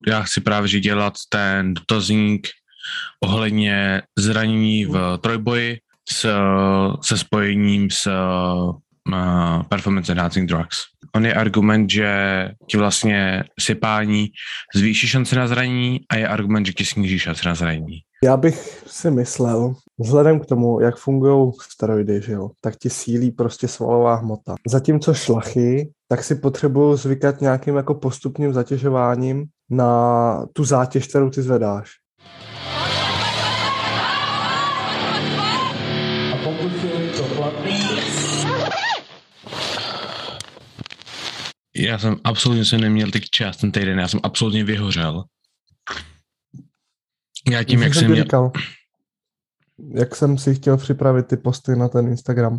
já chci právě že dělat ten dotazník ohledně zranění v trojboji se spojením s performance enhancing drugs. On je argument, že ti vlastně sypání zvýší šanci na zranění a je argument, že ti sníží šanci na zranění. Já bych si myslel, vzhledem k tomu, jak fungují steroidy, že jo, tak ti sílí prostě svalová hmota. Zatímco šlachy, tak si potřebují zvykat nějakým jako postupným zatěžováním na tu zátěž, kterou ty zvedáš. A pokud je to platný... Já jsem absolutně neměl teď čas ten týden, já jsem absolutně vyhořel. Já tím, jak jsem měl... Říkal, jak jsem si chtěl připravit ty posty na ten Instagram.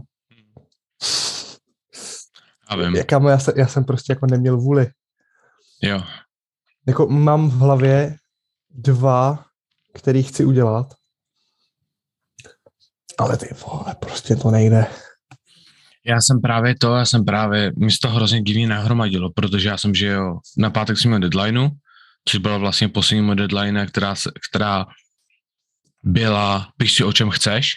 Já vím. Já jsem prostě jako neměl vůli. Jo. Jako mám v hlavě 2, který chci udělat, ale ty vole, prostě to nejde. Já jsem právě, mi to hrozně divně nahromadilo, protože já jsem, že jo, na pátek jsem měl deadlineu, což byla vlastně poslední moje deadline, která byla, piš si o čem chceš.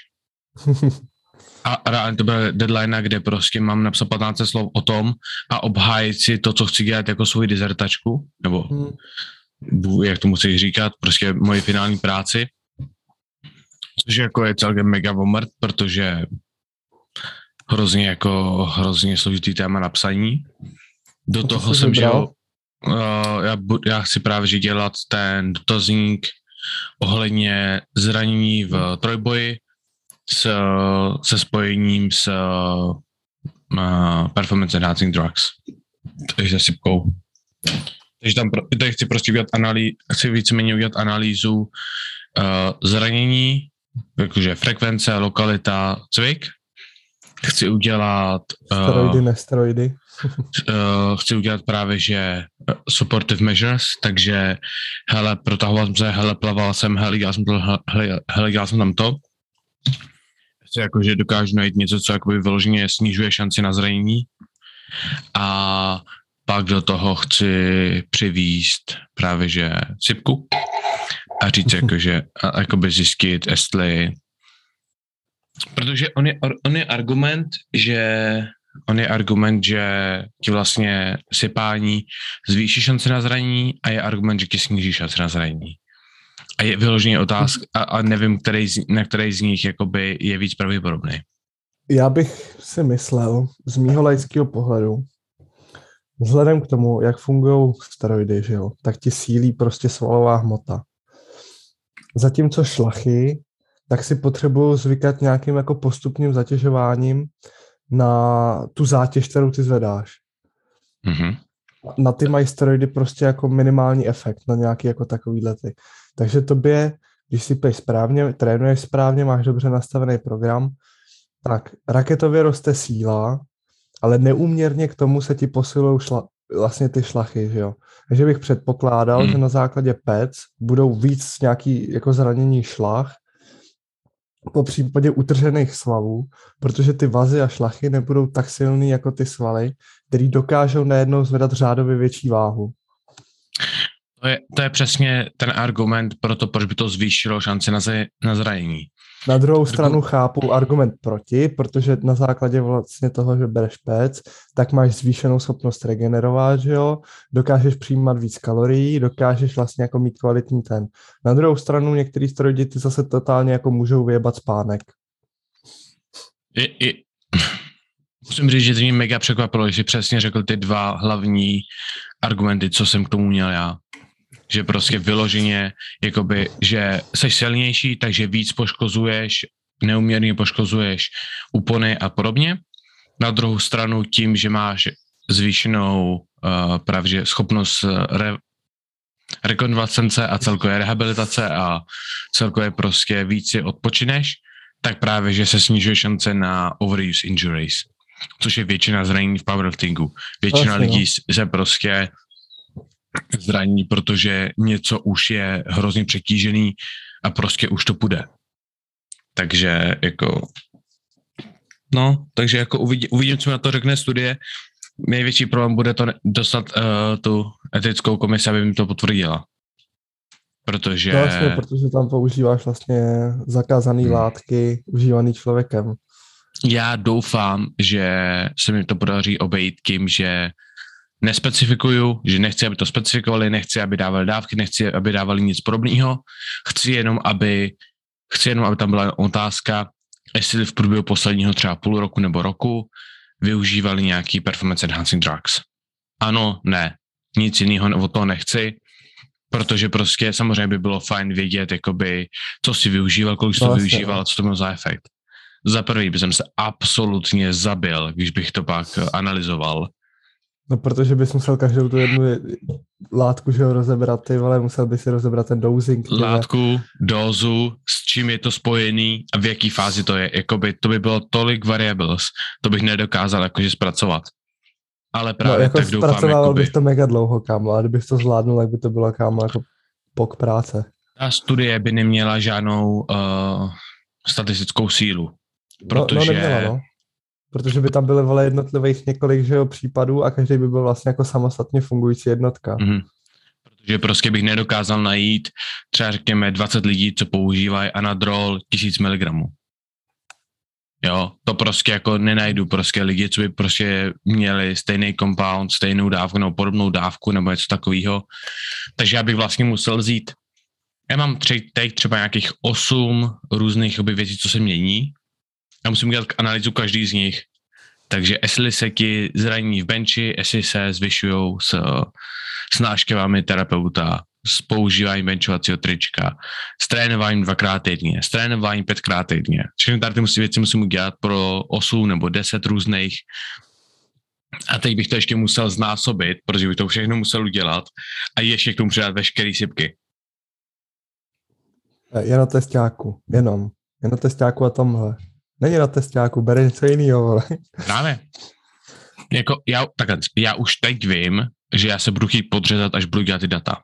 A reálně to byla deadline, kde prostě mám napsat 15 slov o tom a obhájit si to, co chci dělat jako svou dizertačku, nebo jak tomu chceš říkat, prostě moji finální práci. Což jako je celkem mega omrt, protože hrozně složitý téma napsaní. Do toho jsem, že jo, já chci právě že dělat ten dotazník ohledně zranění v trojboji se spojením s performance enhancing drugs. Takže se sypkou. Takže tady chci prostě chci víceméně udělat analýzu zranění, jakože frekvence, lokalita, cvik. Chci udělat... Steroidy, nesteroidy. Chci udělat právě, že supportive measures, takže hele, protahoval jsem se, hele, plaval jsem, hele, dělal jsem tam to. Chci jakože dokážu najít něco, co jakoby vyloženě snižuje šanci na zranění. A pak do toho chci přivízt právě, že sypku a říct jakože, jakoby zjistit, jestli... Protože on je argument, že ti vlastně sypání zvýší šanci na zranění a je argument, že ti sníží šanci na zranění. A je vyloženě otázka a nevím, na který z nich jakoby je víc pravděpodobný. Já bych si myslel z mýho laického pohledu, vzhledem k tomu, jak fungují steroidy, že jo, tak ti sílí prostě svalová hmota. Zatímco šlachy, tak si potřebují zvykat nějakým jako postupným zatěžováním na tu zátěž, kterou ty zvedáš. Mm-hmm. Na ty mají steroidy prostě jako minimální efekt na nějaký jako takovýhle ty. Takže tobě, když si piješ správně, trénuješ správně, máš dobře nastavený program, tak raketově roste síla, ale neúměrně k tomu se ti posilují vlastně ty šlachy, že jo. Takže bych předpokládal, že na základě PEC budou víc nějaký jako zranění šlach, po případě utržených svalů, protože ty vazy a šlachy nebudou tak silný jako ty svaly, který dokážou najednou zvedat řádově větší váhu. To je přesně ten argument pro to, proč by to zvýšilo šanci na zranění. Na druhou stranu chápu argument proti, protože na základě vlastně toho, že bereš PEC, tak máš zvýšenou schopnost regenerovat, že jo? Dokážeš přijímat víc kalorií, dokážeš vlastně jako mít kvalitní ten. Na druhou stranu některý steroidy ty zase totálně jako můžou vyjebat spánek. Musím říct, že to mě mega překvapilo, že přesně řekl ty 2 hlavní argumenty, co jsem k tomu měl já. Že prostě vyloženě, jakoby, že seš silnější, takže víc poškozuješ, neuměrně poškozuješ úpony a podobně. Na druhou stranu tím, že máš zvýšenou právě schopnost rekonvalescence a celkové rehabilitace a celkově prostě víc si odpočineš, tak právě, že se snižuje šance na overuse injuries, což je většina zranění v powerliftingu. Většina lidí se prostě zraní, protože něco už je hrozně přetížený a prostě už to půjde. Takže jako uvidím, co mi na to řekne studie. Největší problém bude to dostat tu etickou komisi, aby mi to potvrdila. protože No vlastně, protože tam používáš vlastně zakázané látky užívaný člověkem. já doufám, že se mi to podaří obejít tím, že nespecifikuju, že nechci, aby to specifikovali, nechci, aby dávali dávky, nechci, aby dávali nic podobného. Chci jenom, aby tam byla otázka, jestli v průběhu posledního třeba půl roku nebo roku využívali nějaký performance enhancing drugs. Ano, ne. Nic jiného od toho nechci, protože prostě samozřejmě by bylo fajn vědět, jakoby, co si využíval, kolik jsi to využíval a co to mělo za efekt. Za prvý bych se absolutně zabil, když bych to pak analyzoval. No, protože bys musel každou tu jednu látku, že ho rozebrat, ty vole, musel by si rozebrat ten dosing. Látku, dózu, s čím je to spojený a v jaký fázi to je. Jakoby, to by bylo tolik variables, to bych nedokázal jakože zpracovat. Ale právě jako tak doufám, zpracovával bych to mega dlouho, kámo, ale kdybych to zvládnul, tak by to bylo, kámo, jako pok práce. Ta studie by neměla žádnou statistickou sílu, protože... neměla, no. Protože by tam byly, vole, jednotlivých několik, že jo, případů a každý by byl vlastně jako samostatně fungující jednotka. Mm-hmm. Protože prostě bych nedokázal najít třeba řekněme 20 lidí, co používají Anadrol 1000 mg. Jo, to prostě jako nenajdu prostě lidi, co by prostě měli stejný compound, stejnou dávku nebo podobnou dávku nebo něco takového. Takže já bych vlastně musel vzít, já mám teď třeba nějakých 8 různých věcí, co se mění. Já musím dělat analýzu každý z nich. Takže jestli se ti zranění v benči, jestli se zvyšují s návštěvami terapeuta, s používáním benchovacího trička, s trénováním 2x týdně, s trénováním 5x týdně. Všechny tady ty věci musím udělat pro 8 nebo 10 různých. A teď bych to ještě musel znásobit, protože bych to všechno musel udělat a ještě k tomu přidat veškerý sypky. Je na testáku, jenom. Je na testáku a tomhle. Není na testáku, bere něco jiného, vole. Právě. Jako já už teď vím, že já se budu chtít podřezat, až budu dělat ty data.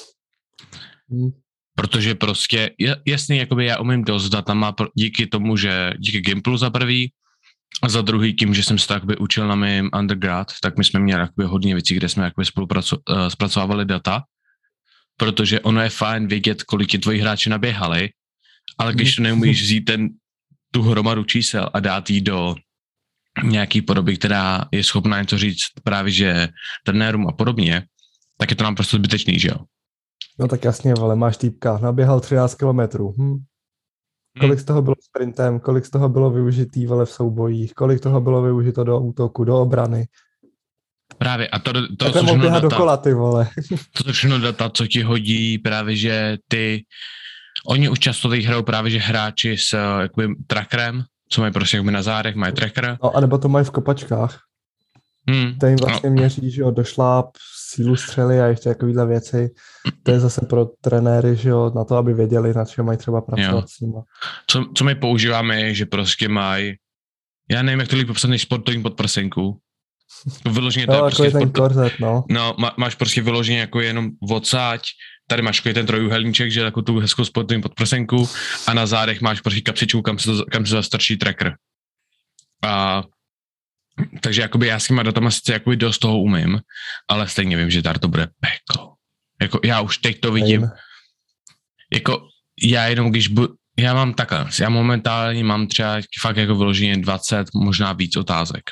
Protože prostě, jasně, jakoby já umím dost datama díky tomu, že díky Gimplu za prvý a za druhý tím, že jsem se tak učil na mém undergrad, tak my jsme měli hodně věcí, kde jsme zpracovávali data, protože ono je fajn vědět, kolik ti tvoji hráči naběhali, ale když to neumíš vzít tu hromadu čísel a dát jí do nějaký podoby, která je schopná něco říct právě, že trenérům a podobně, tak je to nám prostě zbytečný, že jo? No tak jasně, vole, máš týpka, naběhal 13 kilometrů. Kolik z toho bylo sprintem, kolik z toho bylo využitý, vole, v soubojích, kolik toho bylo využito do útoku, do obrany. Právě, a to jsou data, dokola, ty vole. To jsou všechno data, co ti hodí právě, že oni už často teď hrajou právě, že hráči s jakoby trackerem, co mají prostě jakoby na zádech, mají tracker. No, anebo to mají v kopačkách. To jim vlastně měří, že jo, došláp, sílu střely a ještě takovýhle věci. To je zase pro trenéry, že jo, na to, aby věděli, na čem mají třeba pracovat s nima. Co my používáme je, že prostě mají, já nevím, jak to líp popsat, než sportovní podprsenku. Vyloženě to je prostě ten korzet, no. No, máš prostě vyloženě jako jenom odsáď, tady máš ten trojúhelníček, že jako tu hezkou sportovní podprsenku a na zádech máš prostě kapsičku, kam se zastrčí tracker. A takže jakoby já s těma datama sice jakoby dost toho umím, ale stejně vím, že tady to bude peklo. Jako já už teď to vidím. Jako já jenom já mám takhle, já momentálně mám třeba fakt jako vyloženě 20, možná víc otázek.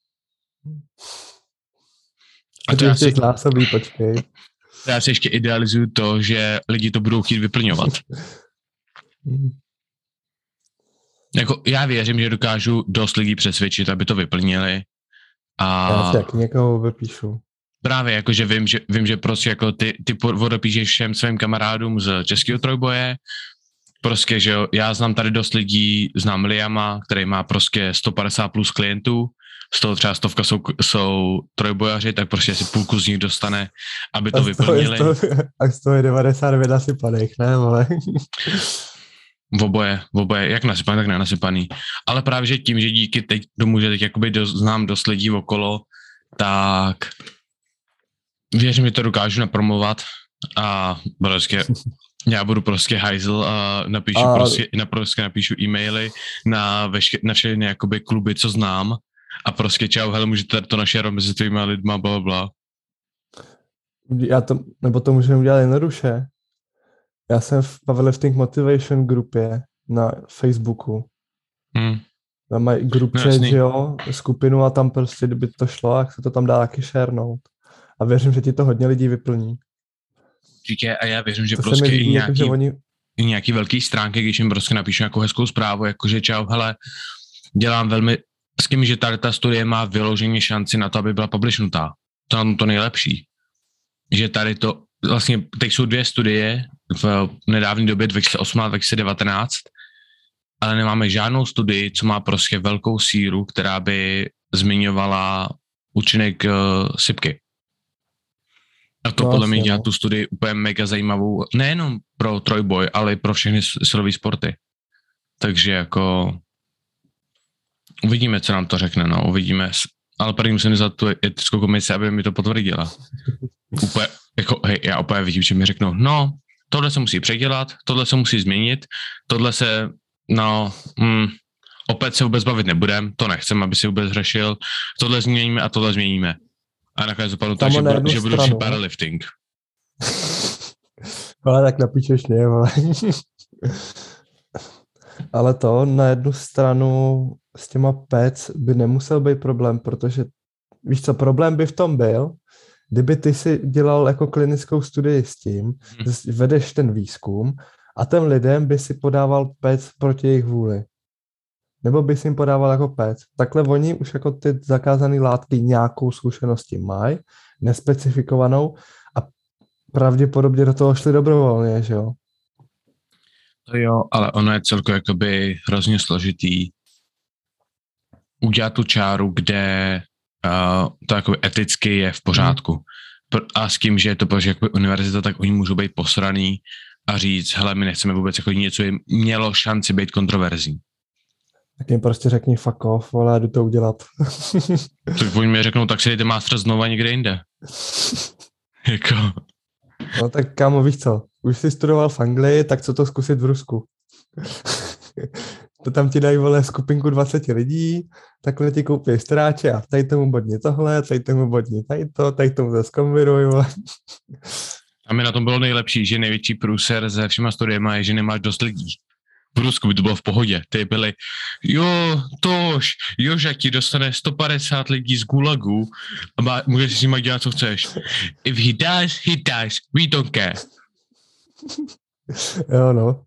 A to já si ještě idealizuju to, že lidi to budou chtít vyplňovat. Jako já věřím, že dokážu dost lidí přesvědčit, aby to vyplnili. A já si taky někoho vypíšu. Právě, jakože vím, že prostě jako ty odepíšeš všem svým kamarádům z českého trojboje, prostě, že jo, já znám tady dost lidí, znám Liama, který má prostě 150 plus klientů, z toho třeba 100 jsou trojbojaři, tak prostě si půlku z nich dostane, aby to vyplnili. A z toho je 99 nasypaných, ne, vole? V oboje, jak nasypaný, tak nenasypaný. Ale právě, že tím, že díky tomu, že teď jakoby znám dost lidí okolo, tak věřím, že to dokážu napromovat a prostě já budu prostě hajzl a napíšu e-maily na všechny jakoby kluby, co znám a prostě čau, hele, můžete to našerovat mezi tvýma lidma, blablabla. Nebo to můžeme udělat jednoduše. Já jsem v Powerlifting Motivation grupě na Facebooku. Tam mají group No, chat, jasný. že jo, skupinu a tam prostě, kdyby to šlo, tak se to tam dá taky sharenout. A věřím, že ti to hodně lidí vyplní. Určitě, a já věřím, že To se mi prostě líbí, jako, že oni... i nějaký velký stránky, když jim prostě napíšu nějakou hezkou zprávu, jakože čau, hele, dělám velmi, s tím, že tady ta studie má vyloženě šanci na to, aby byla publishnutá. To je to nejlepší. Že tady to, vlastně, teď jsou 2 studie v nedávné době 2018-2019, ale nemáme žádnou studii, co má prostě velkou síru, která by zmiňovala účinek sypky. A to podle mě dělá tu studii úplně mega zajímavou, nejenom pro trojboj, ale i pro všechny silové sporty. Takže jako uvidíme, co nám to řekne, no, uvidíme. Ale první musím za tu etickou komisi, aby mi to potvrdila. Úplně, jako, hej, já úplně vidím, že mi řeknou, no, tohle se musí předělat, tohle se musí změnit, tohle se, no, opět se vůbec bavit nebudem, to nechcem, aby si vůbec řešil, tohle změníme a tohle změníme. A nakonec dopadlo to, že budu učit powerlifting. Ale tak napíšeš mě, vole. Ale to na jednu stranu s těma PEC by nemusel být problém, protože víš co, problém by v tom byl, kdyby ty si dělal jako klinickou studii s tím, vedeš ten výzkum a těm lidem by si podával PEC proti jejich vůli. Nebo by si jim podával jako PEC. Takhle oni už jako ty zakázané látky nějakou zkušeností mají, nespecifikovanou a pravděpodobně do toho šli dobrovolně, že jo? To jo, ale ono je celkově jakoby hrozně složitý udělat tu čáru, kde to jakoby eticky je v pořádku. A s tím, že je to protože jakoby univerzita, tak oni můžou být posraný a říct, hele, my nechceme vůbec jako něco, jim mělo šanci být kontroverzní. Tak jim prostě řekni fuck off, ale jdu to udělat. Tak oni mi řeknou, tak si dejte master znova někde jinde. Jako... No tak kámo, víš co, už jsi studoval v Anglii, tak co to zkusit v Rusku? To tam ti dají, vole, skupinku 20 lidí, takhle ti koupí stráče a tady tomu bodni tohle, tady tomu bodni tady tomu zase kombinuj, vole. A mi na tom bylo nejlepší, že největší průser se všema studiema je, že nemáš dost lidí. V Rusku by to bylo v pohodě. Ty byli, Joža ti dostane 150 lidí z Gulagu a můžeš si s nimi dělat, co chceš. If he dies, we don't care. Jo, no.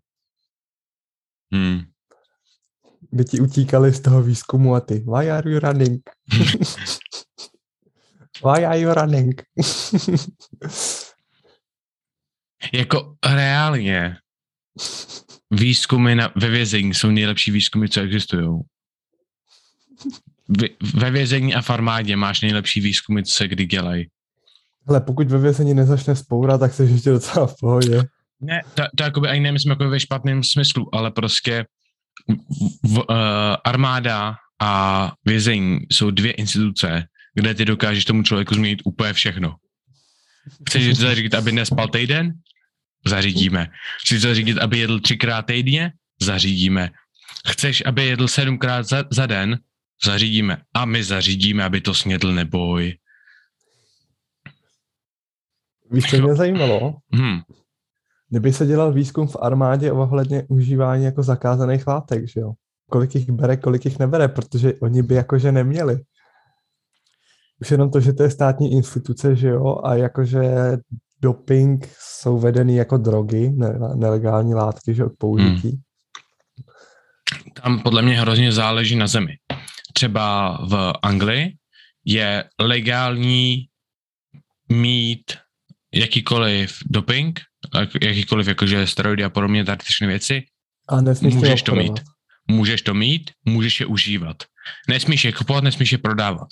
By ti utíkali z toho výzkumu a ty, why are you running? Why are you running? Jako reálně výzkumy ve vězení jsou nejlepší výzkumy, co existují. Ve vězení a v armádě máš nejlepší výzkumy, co se kdy dělají. Ale pokud ve vězení nezačne spourat, tak jsi ještě docela v pohodě. Ne, to jakoby ani nemyslím jako ve špatném smyslu, ale prostě armáda a vězení jsou 2 instituce, kde ty dokážeš tomu člověku změnit úplně všechno. Chceš zařídit, aby nespal týden? Zařídíme. Chceš zařídit, aby jedl 3krát týdně? Zařídíme. Chceš, aby jedl 7krát za den? Zařídíme. A my zařídíme, aby to snědl, neboj. Víš, co mě zajímalo? Kdyby se dělal výzkum v armádě ohledně užívání jako zakázaných látek, že jo? Kolik jich bere, kolik jich nebere, protože oni by jakože neměli. Už jenom to, že to je státní instituce, že jo, a jakože doping jsou vedený jako drogy, nelegální látky, že od použití. Tam podle mě hrozně záleží na zemi. Třeba v Anglii je legální mít jakýkoliv doping, jakýkoliv jakože steroidy a podobně, tady všechny věci. A můžeš to mít. Můžeš to mít, můžeš je užívat. Nesmíš je kupovat, nesmíš je prodávat.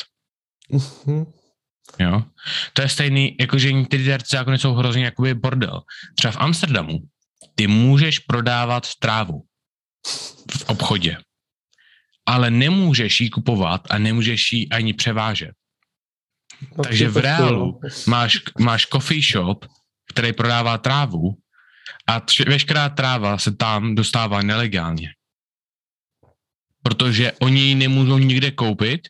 Jo? To je stejný, jakože některé zákony jsou hrozně jakoby bordel. Třeba v Amsterdamu ty můžeš prodávat trávu v obchodě, ale nemůžeš ji kupovat a nemůžeš ji ani převážet. No, takže v reálu máš coffee shop, který prodává trávu a veškerá tráva se tam dostává nelegálně. Protože oni ji nemůžou nikde koupit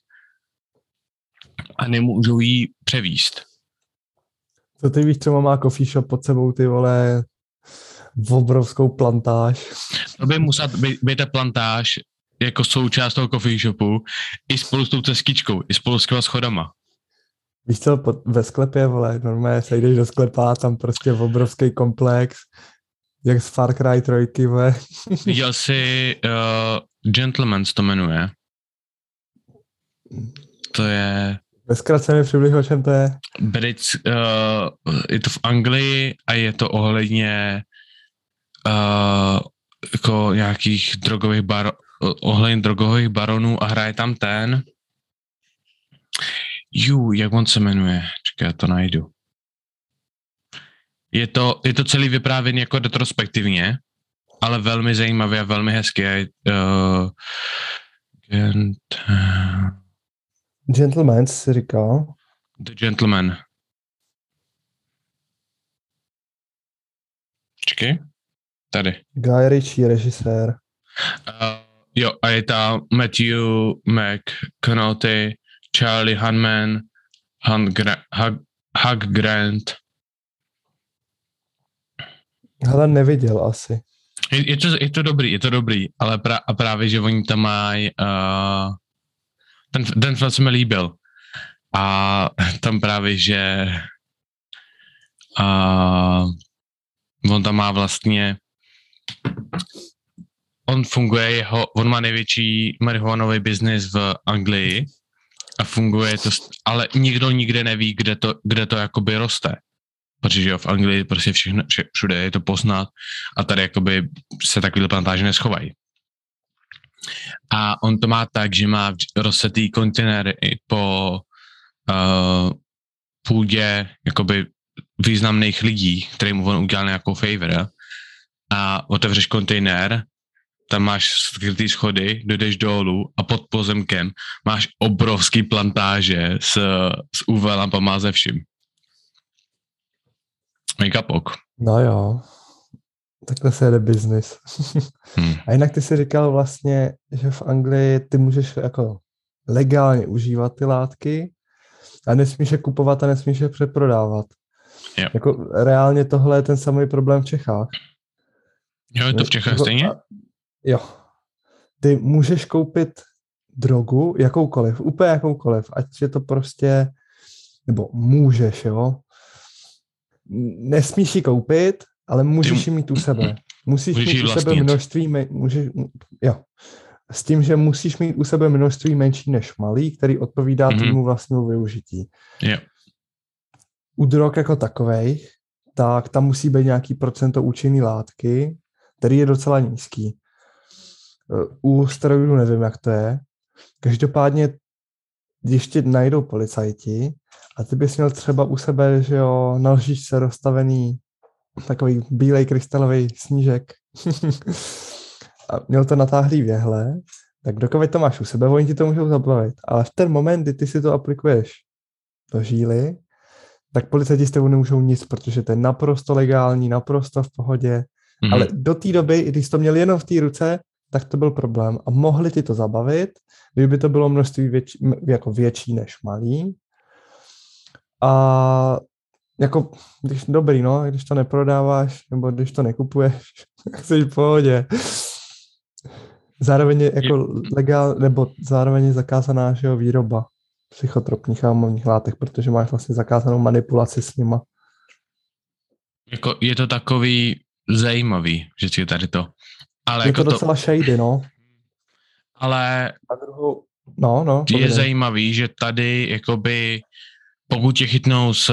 a nemůžou ji převízt. Co ty víš, co má coffee shop pod sebou, ty vole, Obrovskou plantáž. To by musela být ta plantáž jako součást toho coffee shopu i spolu s tou ceskičkou, i spolu s těma schodama. Víš co, ve sklepě, vole, normálně se jdeš do sklepa, tam prostě obrovský komplex, jak z Far Cry 3, vole. Viděl jsi Gentleman's to jmenuje. To je... Ve zkratce mi přibliž, o čem to je. Je to v Anglii a je to ohledně jako nějakých ohledně drogových baronů a hraje tam ten jak on se jmenuje? Čekaj, já to najdu. Je to celý vyprávěný jako retrospektivně, ale velmi zajímavý a velmi hezký. Gentleman si říkal. The Gentleman. Čekaj. Tady. Guy Ritchie, režisér. Jo, a je tam Matthew McConaughey, Charlie Hunnam, Hugh Grant. Hele, neviděl asi. Je to dobrý, ale právě, že oni tam mají ten film se mi líbil. A tam právě, že on tam má vlastně on má největší marihuanový biznis v Anglii a funguje to, ale nikdo nikde neví, kde to jakoby roste. Protože v Anglii prostě všude je to poznat a tady jakoby se takovýhle plantáže neschovají. A on to má tak, že má rozsetý kontejnery po půdě jakoby významných lidí, kterým on udělal nějakou favor a otevřeš kontejner, tam máš skrytý schody, dojdeš dolů a pod pozemkem máš obrovský plantáže s UV lampama ze vším. Make-upok. No jo, takhle se jede biznis. A jinak ty jsi říkal vlastně, že v Anglii ty můžeš jako legálně užívat ty látky a nesmíš je kupovat a nesmíš je přeprodávat. Yep. Jako reálně tohle je ten samý problém v Čechách. Jo, je to v Čechách stejně? Jo. Ty můžeš koupit drogu, jakoukoliv, úplně jakoukoliv, ať je to prostě, nebo můžeš, jo. Nesmíš ji koupit, ale můžeš ji mít u sebe. Musíš mít u sebe množství, s tím, že musíš mít u sebe množství menší než malý, který odpovídá tvému vlastnímu využití. Yeah. U drog jako takovej, tak tam musí být nějaký procento účinný látky, který je docela nízký. U steroidů nevím, jak to je. Každopádně, když tě najdou policajti a ty bys měl třeba u sebe, že jo, na lžičce rozstavený takový bílej krystalový snížek a měl to natáhlý v jehle, tak dokud to máš u sebe, oni ti to můžou zabavit. Ale v ten moment, kdy ty si to aplikuješ do žíly, tak policajti s tebou nemůžou nic, protože to je naprosto legální, naprosto v pohodě. Ale do té doby, když jsi to měl jenom v té ruce, tak to byl problém. A mohli ti to zabavit, kdyby to bylo množství větší než malý. A jako, když to neprodáváš, nebo když to nekupuješ, tak jsi v pohodě. Zároveň je jako zároveň je zakázaná, že jo, výroba psychotropních a umělých látek, protože máš vlastně zakázanou manipulaci s nima. Jako je to takový zajímavý, že si tady to. Ale je jako to docela shady, no. Ale no, je zajímavý, že tady jakoby pokud tě chytnou s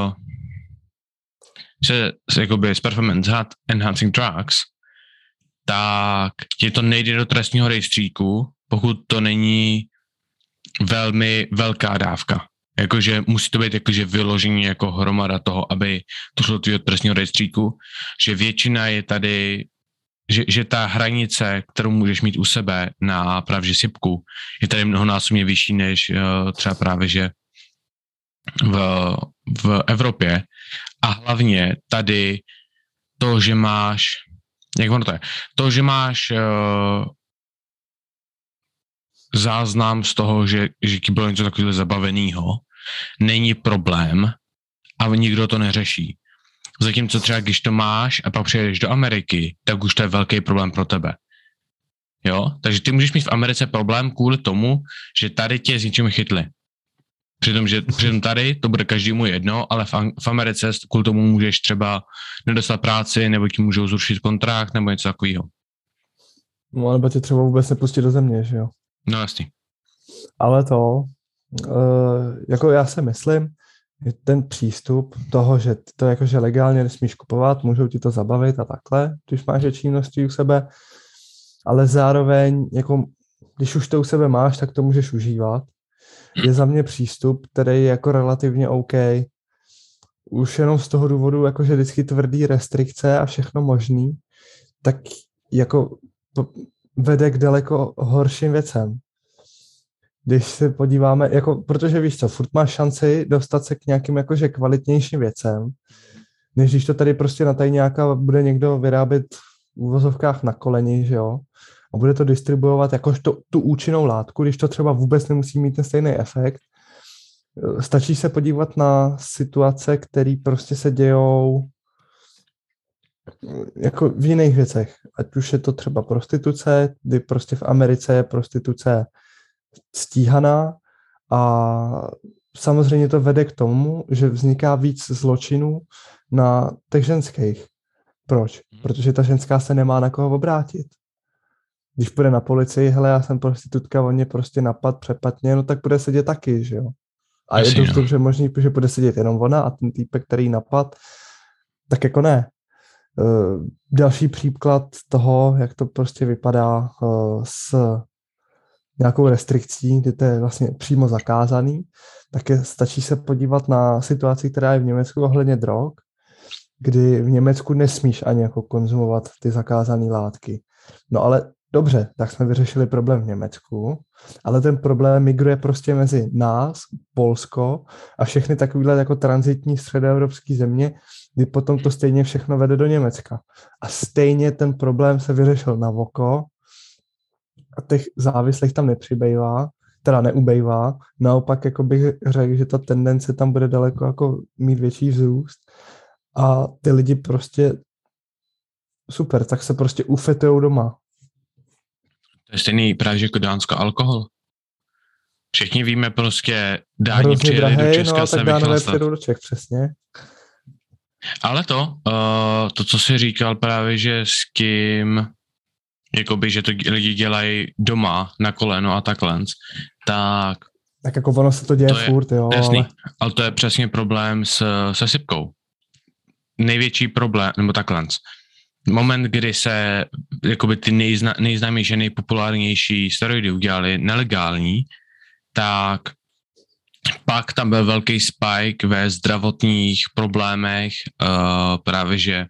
performance enhancing drugs, tak tě to nejde do trestního rejstříku, pokud to není velmi velká dávka. Jakože musí to být jakože vyložení jako hromada toho, aby to šlo do trestního rejstříku, že většina je tady, že ta hranice, kterou můžeš mít u sebe na právě sypku, je tady mnohonásobně vyšší než třeba právě, že v Evropě. A hlavně tady to, že máš, jak ono to je, to, že máš záznam z toho, že bylo něco takového zabaveného, není problém a nikdo to neřeší. Zatímco třeba když to máš a pak přijedeš do Ameriky, tak už to je velký problém pro tebe. Jo? Takže ty můžeš mít v Americe problém kvůli tomu, že tady tě s něčím chytli. Přitom tady to bude každému jedno, ale v Americe kvůli tomu můžeš třeba nedostat práci, nebo ti můžou zrušit kontrakt, nebo něco takového. No, nebo tě třeba vůbec nepustit do země, že jo? No jasný. Ale jako já si myslím, že ten přístup toho, že ty to jakože legálně nesmíš kupovat, můžou ti to zabavit a takhle, když máš větší množství u sebe, ale zároveň, jako, když už to u sebe máš, tak to můžeš užívat. Je za mě přístup, který je jako relativně OK. Už jenom z toho důvodu, jakože vždycky tvrdý restrikce a všechno možný, tak jako vede k daleko horším věcem. Když se podíváme, jako, protože víš co, furt máš šanci dostat se k nějakým jakože kvalitnějším věcem, než když to tady prostě na tajňáka bude někdo vyrábět v uvozovkách na koleni, že jo, a bude to distribuovat jakož tu účinnou látku, když to třeba vůbec nemusí mít ten stejný efekt. Stačí se podívat na situace, které prostě se dějou jako v jiných věcech. Ať už je to třeba prostituce, kdy prostě v Americe je prostituce stíhaná a samozřejmě to vede k tomu, že vzniká víc zločinů na těch ženských. Proč? Protože ta ženská se nemá na koho obrátit. Když půjde na policii, hele, já jsem prostitutka, on mě prostě napad, přepatně, no tak bude sedět taky, že jo. A je dost dobře možný, že bude sedět jenom ona a ten týpek, který napad, tak jako ne. Další příklad toho, jak to prostě vypadá s nějakou restrikcí, kdy to je vlastně přímo zakázaný, tak stačí se podívat na situaci, která je v Německu ohledně drog, kdy v Německu nesmíš ani jako konzumovat ty zakázané látky. No ale dobře, tak jsme vyřešili problém v Německu, ale ten problém migruje prostě mezi nás, Polsko a všechny takovéhle jako tranzitní středoevropské země, kdy potom to stejně všechno vede do Německa. A stejně ten problém se vyřešil na oko a těch závislých tam nepřibývá, teda neubejvá. Naopak jako bych řekl, že ta tendence tam bude daleko jako mít větší vzrůst a ty lidi prostě super, tak se prostě ufetujou doma. To je stejný právě jako Dánsko alkohol. Všichni víme prostě, Dáni přijeli do Česka no, se tak Dánové vychlastat. přijedou do Čech, přesně. Ale to, co jsi říkal právě, že s kým, jakoby, že to lidi dělají doma na koleno a takhle, tak... Tak jako ono se to děje furt, jo. Jasný, ale to je přesně problém se sypkou. Největší problém, nebo takhle. Moment, kdy se jakoby ty nejznámější, nejpopulárnější steroidy udělali nelegální, tak pak tam byl velký spike ve zdravotních problémech právě že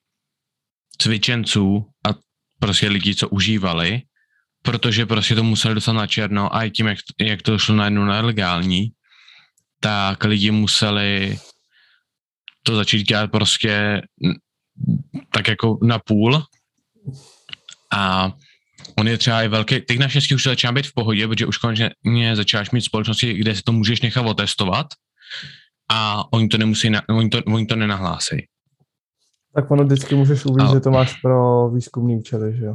cvičenců a prostě lidí, co užívali, protože prostě to museli dostat na černo a i tím, jak to šlo najednou nelegální, tak lidi museli to začít dělat prostě tak jako na půl a on je třeba i velký, teď naštěstí už začíná být v pohodě, protože už konečně začínáš mít společnosti, kde si to můžeš nechat otestovat a oni to nemusí, oni to nenahlásí. Tak ono vždycky můžeš uvidět, že to máš pro výzkumný účely, že jo?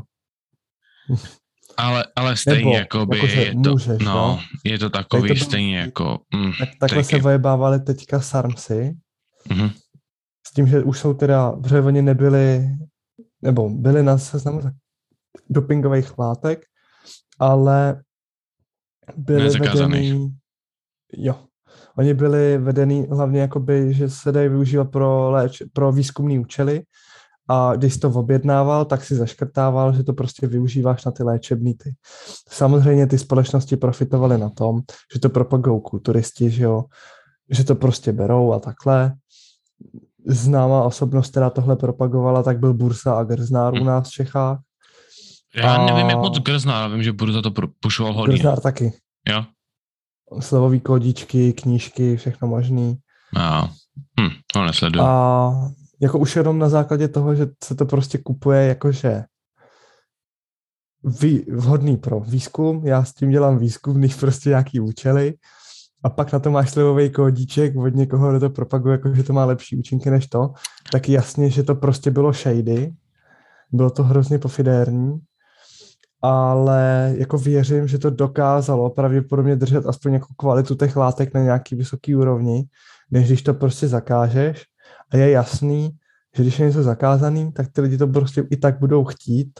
Ale stejně, jakoby, je to, můžeš, no. Je to takový to stejně jako... Takhle se vojebávali teďka SARMsy, s tím, že už jsou teda, protože oni nebyli, nebo byli na seznamu dopingových látek, ale byli vedení... Jo. Oni byli vedení hlavně jakoby, že se dají využívat pro výzkumný účely a když jsi to objednával, tak si zaškrtával, že to prostě využíváš na ty léčebný ty. Samozřejmě ty společnosti profitovaly na tom, že to propagují kulturisti, že jo, že to prostě berou a takhle. Známá osobnost, která tohle propagovala, tak byl Bursa a Grznár u nás v Čechách. Já nevím, jak moc Grznár, vím, že Bursa to pušoval hodně. Grznár taky. Jo. Slovový kódičky, knížky, všechno možný. To nesleduju. A jako už jenom na základě toho, že se to prostě kupuje jakože vhodný pro výzkum, já s tím dělám výzkumný prostě nějaký účely a pak na to máš slivový kódíček od někoho, kdo to propaguje, jako že to má lepší účinky než to, tak jasně, že to prostě bylo shady, bylo to hrozně pofidérní, ale jako věřím, že to dokázalo pravděpodobně držet aspoň jako kvalitu těch látek na nějaký vysoký úrovni, než když to prostě zakážeš a je jasný, že když je něco zakázaný, tak ty lidi to prostě i tak budou chtít.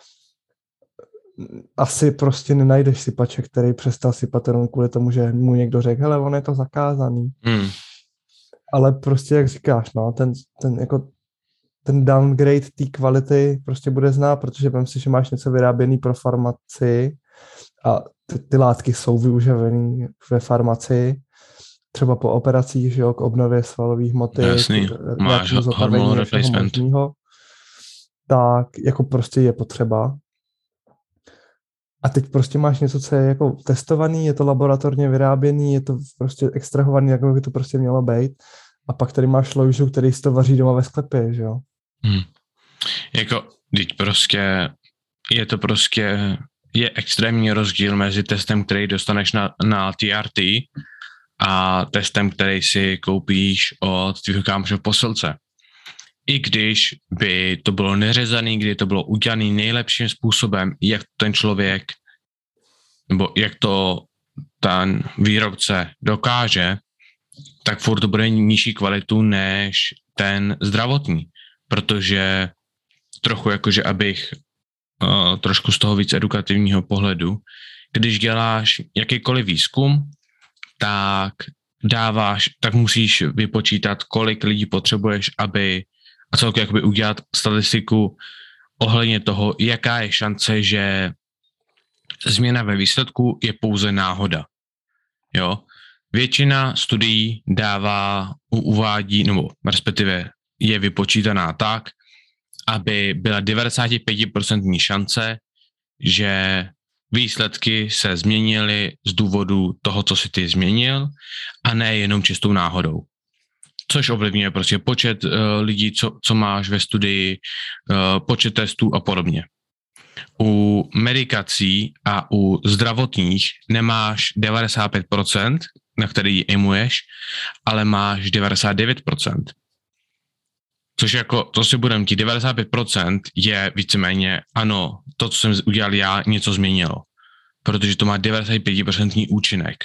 Asi prostě nenajdeš sypače, který přestal sypat jenom kvůli tomu, že mu někdo řekl, hele, on je to zakázaný. Ale prostě, jak říkáš, no, ten downgrade té kvality prostě bude znát, protože vem si, že máš něco vyráběný pro farmaci a ty látky jsou využívané ve farmaci, třeba po operacích, že jo, k obnově svalové hmoty, jasný, máš hormon replacement, tak jako prostě je potřeba. A teď prostě máš něco, co je jako testovaný, je to laboratorně vyráběný, je to prostě extrahovaný, jako by to prostě mělo být. A pak tady máš lojžu, který si to vaří doma ve sklepě, že jo? Jako, teď prostě je extrémní rozdíl mezi testem, který dostaneš na TRT a testem, který si koupíš od tvýho kámoše v posilce. I když by to bylo neřezaný, kdy to bylo udělané nejlepším způsobem, jak ten člověk, nebo jak to ten výrobce dokáže, tak furt to bude nižší kvalitu než ten zdravotní. Protože trochu jakože, abych trošku z toho víc edukativního pohledu, když děláš jakýkoliv výzkum, tak musíš vypočítat, kolik lidí potřebuješ, a celkově udělat statistiku ohledně toho, jaká je šance, že změna ve výsledku je pouze náhoda. Jo? Většina studií uvádí, nebo respektive je vypočítaná tak, aby byla 95% šance, že výsledky se změnily z důvodu toho, co si ty změnil, a ne jenom čistou náhodou. Což ovlivňuje prostě počet lidí, co máš ve studii, počet testů a podobně. U medikací a u zdravotních nemáš 95%, na který aimuješ, ale máš 99%. Což jako, to si budem ti 95% je víceméně, ano, to, co jsem udělal já, něco změnilo. Protože to má 95% účinek.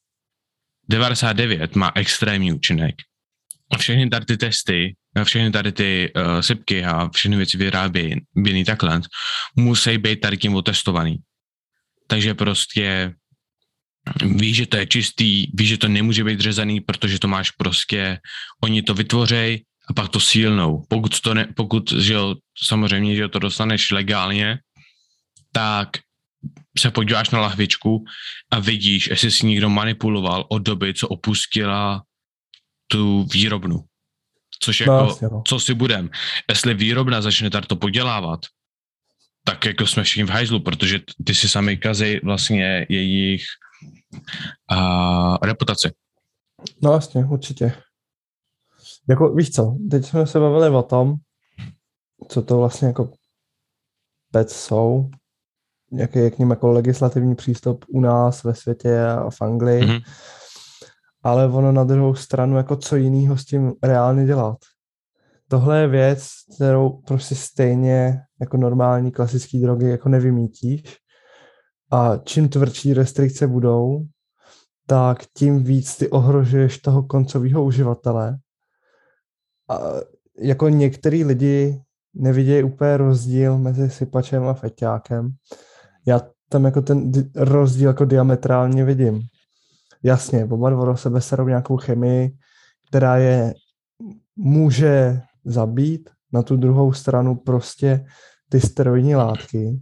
99 má extrémní účinek. A všechny tady ty testy, všechny tady ty sypky a všechny věci vyráběný takhle, musí být tady tím otestovaný. Takže prostě víš, že to je čistý, víš, že to nemůže být řezaný, protože to máš prostě, oni to vytvořej a pak to sílnou. Pokud že jo, samozřejmě, že to dostaneš legálně, tak se podíváš na lahvičku a vidíš, jestli si někdo manipuloval od doby, co opustila tu výrobnu. Což jako, co si budem. Jestli výrobna začne tady to podělávat, tak jako jsme všichni v hajzlu, protože ty si sami kazej vlastně jejich reputaci. No jasně, určitě. Jako víš co, teď jsme se bavili o tom, co to vlastně jako PET jsou, jaký je k ním jako legislativní přístup u nás ve světě a v Anglii, ale ono na druhou stranu, jako co jinýho s tím reálně dělat. Tohle je věc, kterou prostě stejně jako normální klasické drogy jako nevymítíš, a čím tvrdší restrikce budou, tak tím víc ty ohrožuješ toho koncového uživatele. A jako některý lidi nevidějí úplně rozdíl mezi sypačem a feťákem. Já tam jako ten rozdíl jako diametrálně vidím. Jasně, oba do sebe serou nějakou chemii, která je může zabít, na tu druhou stranu prostě ty steroidní látky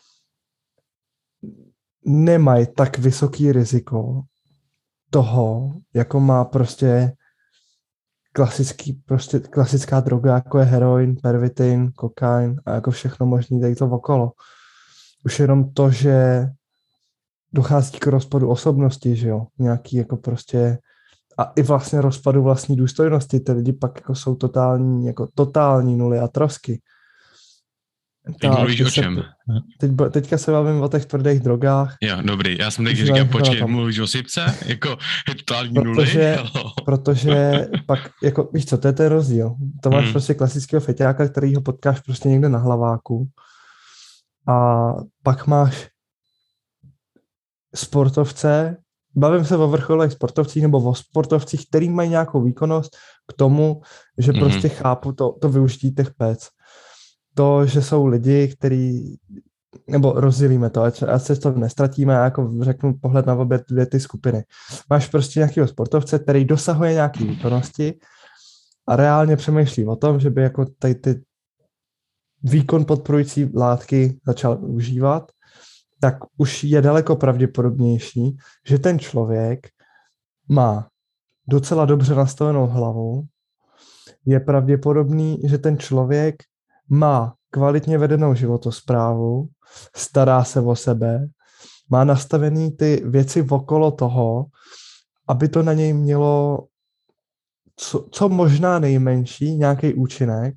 nemají tak vysoký riziko toho, jako má prostě klasická droga, jako je heroin, pervitin, kokain a jako všechno možný tady to okolo. Už jenom to, že dochází k rozpadu osobnosti, že jo, nějaký jako prostě a i vlastně rozpadu vlastní důstojnosti, ty lidi pak jako jsou totální nuly a trosky. Teď mluvíš o čem? Teďka se bavím o těch tvrdých drogách. Jo, dobrý, já jsem teď říkal, počkej, mluvíš o sypce? Jako je totální nuly? Protože pak, jako víš co, to je ten rozdíl. To máš prostě klasického feťáka, který ho potkáš prostě někde na hlaváku. A pak máš sportovce, bavím se o vrcholových sportovcích nebo o sportovcích, který mají nějakou výkonnost k tomu, že prostě chápu to využití těch pec. To, že jsou lidi, kteří, nebo rozdělíme to, ať se to nestratíme, a jako řeknu pohled na obě dvě ty skupiny. Máš prostě nějakého sportovce, který dosahuje nějaké výkonnosti a reálně přemýšlí o tom, že by jako tady ty výkon podporující látky začal užívat, tak už je daleko pravděpodobnější, že ten člověk má docela dobře nastavenou hlavu, je pravděpodobný, že ten člověk má kvalitně vedenou životosprávu, stará se o sebe, má nastavený ty věci okolo toho, aby to na něj mělo co možná nejmenší nějaký účinek,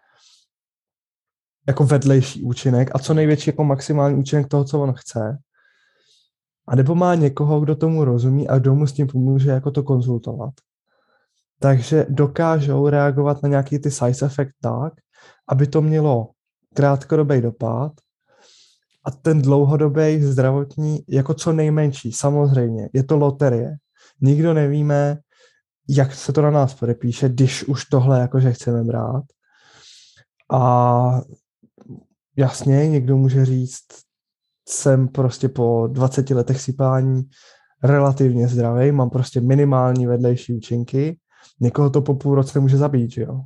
jako vedlejší účinek a co největší jako maximální účinek toho, co on chce. A nebo má někoho, kdo tomu rozumí a kdo mu s tím pomůže jako to konzultovat. Takže dokážou reagovat na nějaký ty side effect tak, aby to mělo krátkodobý dopad a ten dlouhodobý zdravotní jako co nejmenší. Samozřejmě, je to loterie. Nikdo nevíme, jak se to na nás podepíše, když už tohle jakože chceme brát. A jasně, někdo může říct, jsem prostě po 20 letech sypání relativně zdravý, mám prostě minimální vedlejší účinky, někoho to po půl roce může zabít, že jo?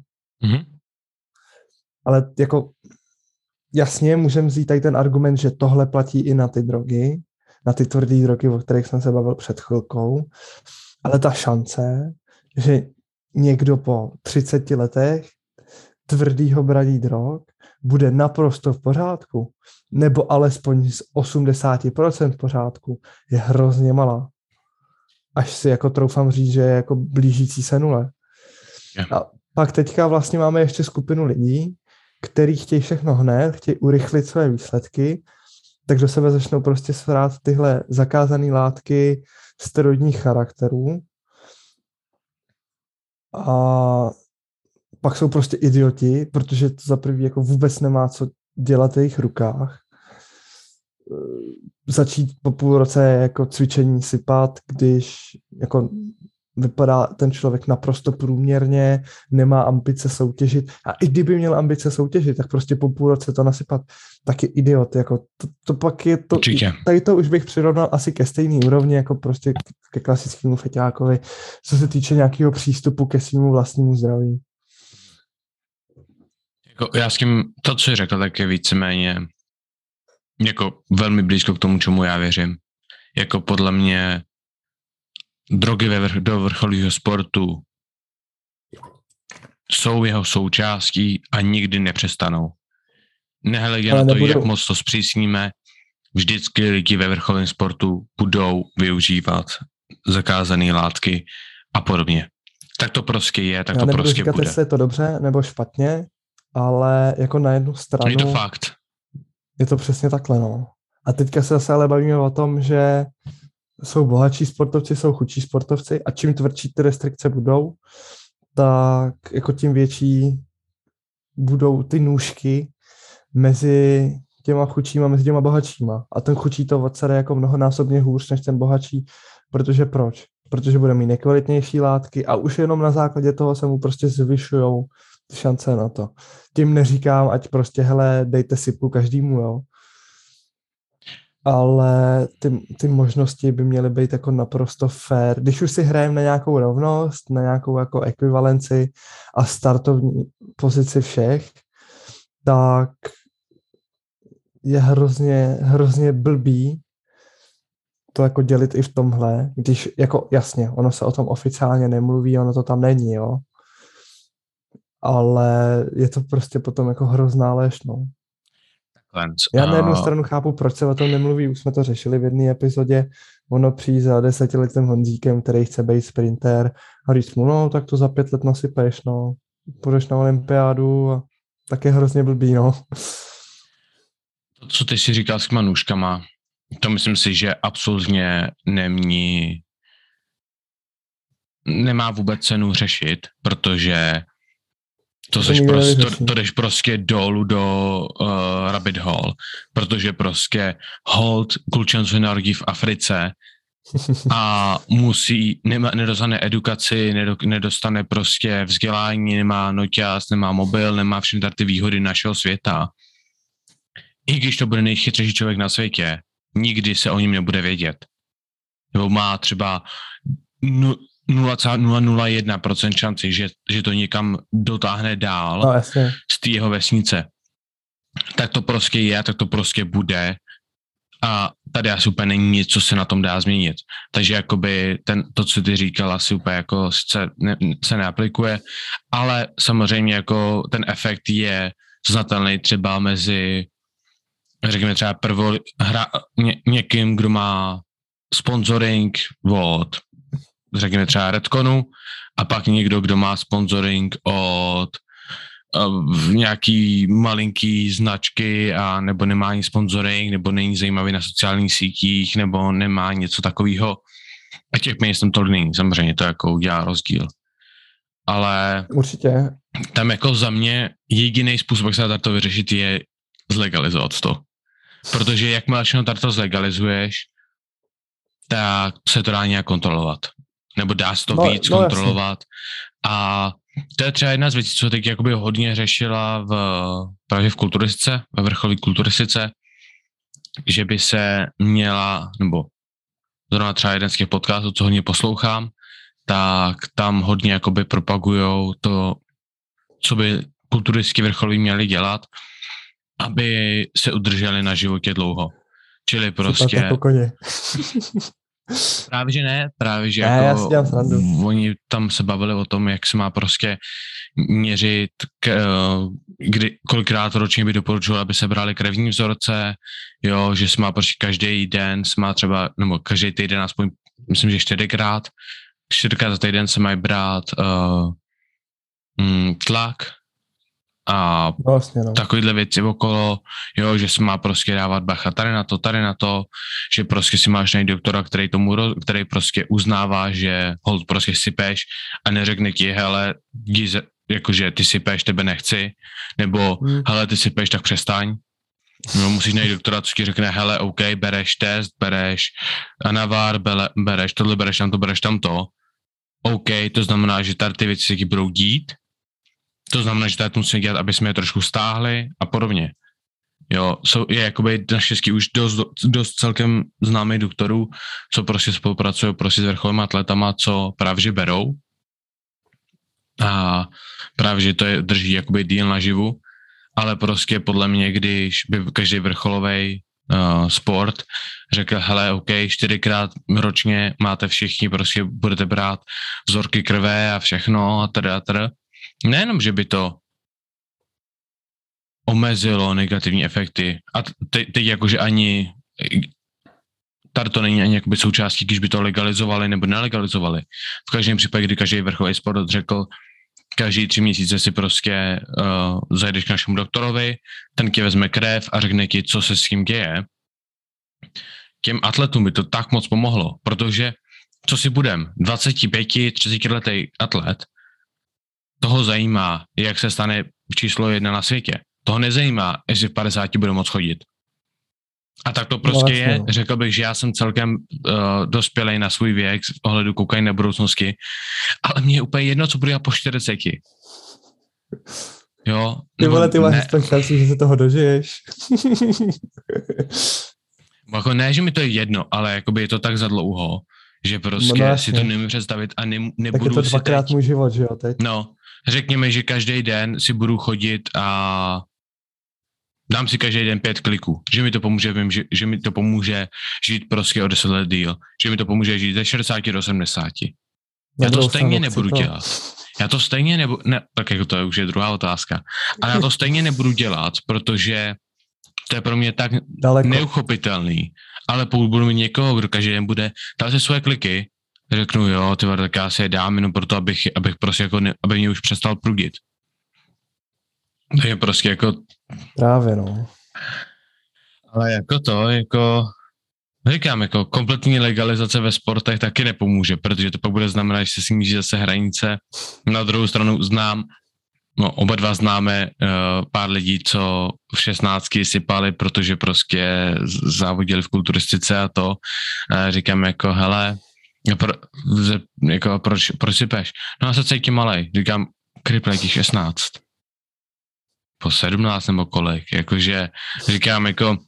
Ale jako jasně, můžeme vzít tady ten argument, že tohle platí i na ty drogy, na ty tvrdé drogy, o kterých jsem se bavil před chvilkou, ale ta šance, že někdo po 30 letech tvrdýho braní drog bude naprosto v pořádku, nebo alespoň z 80% v pořádku, je hrozně malá. Až si jako troufám říct, že je jako blížící se nule. Yeah. A pak teďka vlastně máme ještě skupinu lidí, kteří chtějí všechno hned, chtějí urychlit své výsledky, tak do sebe začnou prostě srát tyhle zakázané látky steroidních charakterů. A pak jsou prostě idioti, protože to za prvý jako vůbec nemá co dělat v jejich rukách. Začít po půl roce jako cvičení sypat, když jako vypadá ten člověk naprosto průměrně, nemá ambice soutěžit. A i kdyby měl ambice soutěžit, tak prostě po půl roce to nasypat, tak je idiot. Jako to pak je to, tady to už bych přirovnal asi ke stejný úrovni, jako prostě ke klasickému feťákovi, co se týče nějakého přístupu ke svému vlastnímu zdraví. Jako já s tím, to, co jsi řekl, tak je víceméně jako velmi blízko k tomu, čemu já věřím. Jako podle mě drogy do vrcholového sportu jsou jeho součástí a nikdy nepřestanou. Nehledě na to, jak moc to zpřísníme, vždycky lidi ve vrcholovém sportu budou využívat zakázané látky a podobně. Tak to prostě je, tak to prostě říkat, bude. Jestli je to dobře nebo špatně, ale jako na jednu stranu... Je to fakt. Je to přesně takhle, no. A teďka se zase ale bavíme o tom, že jsou bohatší sportovci, jsou chudší sportovci a čím tvrdší ty restrikce budou, tak jako tím větší budou ty nůžky mezi těma chudšíma, mezi těma bohatšíma. A ten chudší to odsede jako mnohonásobně hůř než ten bohatší, protože proč? Protože bude mít nekvalitnější látky a už jenom na základě toho se mu prostě zvyšujou šance na to. Tím neříkám, ať prostě, hele, dejte sypku každému, jo. Ale ty možnosti by měly být jako naprosto fair. Když už si hrajeme na nějakou rovnost, na nějakou jako ekvivalenci a startovní pozici všech, tak je hrozně blbý to jako dělit i v tomhle, když jako jasně, ono se o tom oficiálně nemluví, ono to tam není, jo. Ale je to prostě potom jako hrozná lež, no. Já na jednu stranu chápu, proč se o tom nemluví, už jsme to řešili v jedné epizodě, ono přijít za 10letým Honzíkem, který chce být sprinter a říct mu, no, tak to za 5 let nasypeš, no, půjdeš na olympiádu a tak je hrozně blbý, no. co ty si říkal s těma nůžkama, to myslím si, že absolutně nemá vůbec cenu řešit, protože to jdeš prostě dolů do rabbit hole, protože prostě hold Kulčancu narodí v Africe a nedostane edukaci, nedostane prostě vzdělání, nemá noťaz, nemá mobil, nemá všechny ty výhody našeho světa. I když to bude nejchytřejší člověk na světě, nikdy se o ním nebude vědět. Nebo má třeba 0,001% šanci, že to někam dotáhne dál z té jeho vesnice. Tak to prostě je, tak to prostě bude. A tady asi úplně není nic, co se na tom dá změnit. Takže jakoby to, co ty říkal, asi úplně jako se neaplikuje, ale samozřejmě jako ten efekt je znatelný třeba mezi, řekněme třeba někým, kdo má sponsoring od, řekněme třeba Redconu, a pak někdo, kdo má sponsoring od nějaký malinký značky a nebo nemá ani sponsoring, nebo není zajímavý na sociálních sítích, nebo nemá něco takového. A těch peněz tam tolik není, samozřejmě to jako udělá rozdíl. Ale určitě. Tam jako za mě jediný způsob, jak se to vyřešit, je zlegalizovat to. Protože jakmile všechno to zlegalizuješ, tak se to dá nějak kontrolovat. Nebo dá se to víc kontrolovat. Jasně. A to je třeba jedna z věcí, co teď jakoby hodně řešila právě v kulturistice, ve vrcholové kulturistice, že by se měla, nebo zrovna třeba jeden z těch podcastů, co hodně poslouchám, tak tam hodně jakoby propagujou to, co by kulturisticky vrcholoví měli dělat, aby se udrželi na životě dlouho. Čili prostě... Právě, že jako oni tam se bavili o tom, jak se má prostě měřit, kolikrát ročně by doporučoval, aby se brali krevní vzorce, jo, že se má prostě každý den, se má třeba, nebo každý týden aspoň, myslím, že 4krát za týden se mají brát tlak a vlastně, takovýhle věci okolo, jo, že se má prostě dávat bacha tady na to, že prostě si máš najít doktora, který prostě uznává, že hold prostě sypeš a neřekne ti, hele, jakože ty sypeš, tebe nechci, nebo hele, ty sypeš, tak přestaň. No, musíš najít doktora, co ti řekne, hele, OK, bereš test, bereš anavar, bereš tohle, bereš tamto. OK, to znamená, že tady ty věci se ti budou dít. To znamená, že tady to musíme dělat, aby jsme je trošku stáhli a podobně. Jo, je jakoby naštěstí už dost celkem známých doktorů, co prostě spolupracují prostě s vrcholovými atletama, co právě že berou. A právě, že to drží jakoby díl naživu, ale prostě podle mě, když by každý vrcholový sport řekl, hele, OK, 4krát ročně máte všichni, prostě budete brát vzorky krve a všechno a teda. Nejenom, že by to omezilo negativní efekty a teď jakože ani tady to není ani jakoby součástí, když by to legalizovali nebo nelegalizovali. V každém případě, kdy každý vrcholový sport řekl, každý 3 měsíce si prostě zajdeš k našemu doktorovi, ten ti vezme krev a řekne ti, co se s tím děje. Těm atletům by to tak moc pomohlo, protože co si budem, 25-30 letý atlet, toho zajímá, jak se stane číslo 1 na světě. Toho nezajímá, jestli v 50 bude moc chodit. A tak to prostě je. Řekl bych, že já jsem celkem dospělej na svůj věk v ohledu koukání na budoucnosti, ale mě je úplně jedno, co budu já po 40. Jo? Ty vole, ty máš aspoň šanci, že se toho dožiješ. Jako ne, že mi to je jedno, ale jakoby je to tak za dlouho, že prostě si to nemůžu představit a nebudu tak je to 2krát můj život, že jo, teď? No, řekněme, že každý den si budu chodit a dám si každý den 5 kliků, že mi to pomůže, vím, že mi to pomůže žít prostě o 10 let díl, že mi to pomůže žít ze 60 do 70. Já to stejně nebudu dělat. Já to stejně nebudu, tak jako to už je druhá otázka, ale já to stejně nebudu dělat, protože to je pro mě tak neuchopitelný, ale pokud budu mít někoho, kdo každý den bude dát si svoje kliky, řeknu jo, tak já si je dám jenom proto, abych prostě jako aby mě už přestal prudit. To je prostě jako... Právě, no. Ale jako říkám, jako kompletní legalizace ve sportech taky nepomůže, protože to pak bude znamenat, že se sníží zase hranice. Na druhou stranu oba dva známe pár lidí, co v 16 sypali, protože prostě závodili v kulturistice a to. Říkám jako, hele, proč sypeš? No já se cítím malej. Říkám, kriple, jakých 16. Po 17 nebo kolik. Jakože říkám jako...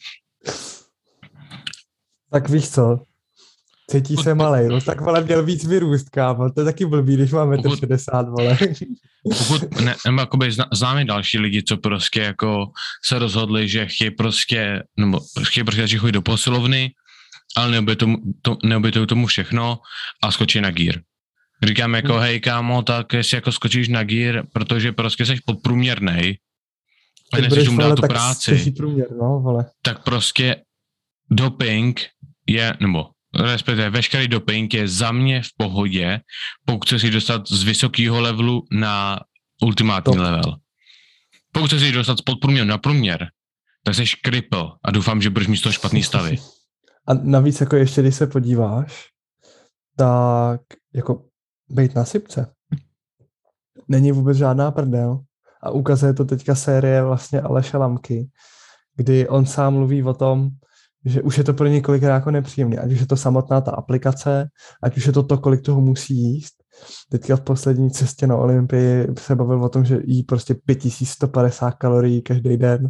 Tak víš co? Cítí se malej, no tak vole měl víc vyrůst, kámo. To je taky blbý, když máme 60, vole. Pokud známe další lidi, co prostě jako se rozhodli, že chtějí prostě že chodí do posilovny, ale neobětují tomu všechno a skočí na gír. Říkám jako, hej kámo, tak jestli jako skočíš na gír, protože prostě jsi podprůměrnej a nechceš mu dát tu práci, průměr, no, vole. tak prostě doping je, nebo respektive veškerý doping je za mě v pohodě, pokud chceš si dostat z vysokého levelu na ultimátní level. Pokud chceš si dostat z podprůměru na průměr, tak jsi kripl a doufám, že budeš mít z toho špatný stavy. A navíc jako ještě, když se podíváš, tak jako bejt na sypce není vůbec žádná prdel. A ukazuje to teďka série vlastně Aleše Lamky, kdy on sám mluví o tom, že už je to pro ně kolikrát jako nepříjemné, ať už je to samotná ta aplikace, ať už je to, kolik toho musí jíst. Teďka v poslední cestě na Olympii se bavil o tom, že jí prostě 5150 kalorií každý den.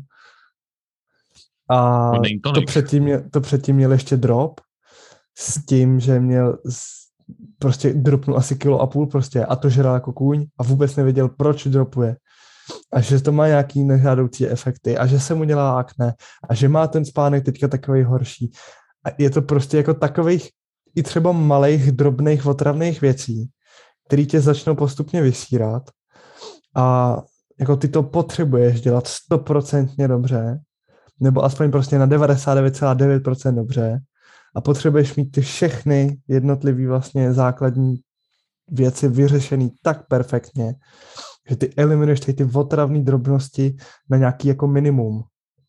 A to předtím měl ještě drop s tím, že měl prostě dropnul asi 1,5 kilo prostě a to žral jako kůň a vůbec nevěděl, proč dropuje. A že to má nějaký nežádoucí efekty a že se mu dělá akné a že má ten spánek teďka takový horší. A je to prostě jako takových i třeba malých, drobných, otravných věcí, které tě začnou postupně vysírat a jako ty to potřebuješ dělat 100% dobře, nebo aspoň prostě na 99,9% dobře a potřebuješ mít ty všechny jednotlivý vlastně základní věci vyřešený tak perfektně, že ty eliminuješ ty otravné drobnosti na nějaký jako minimum.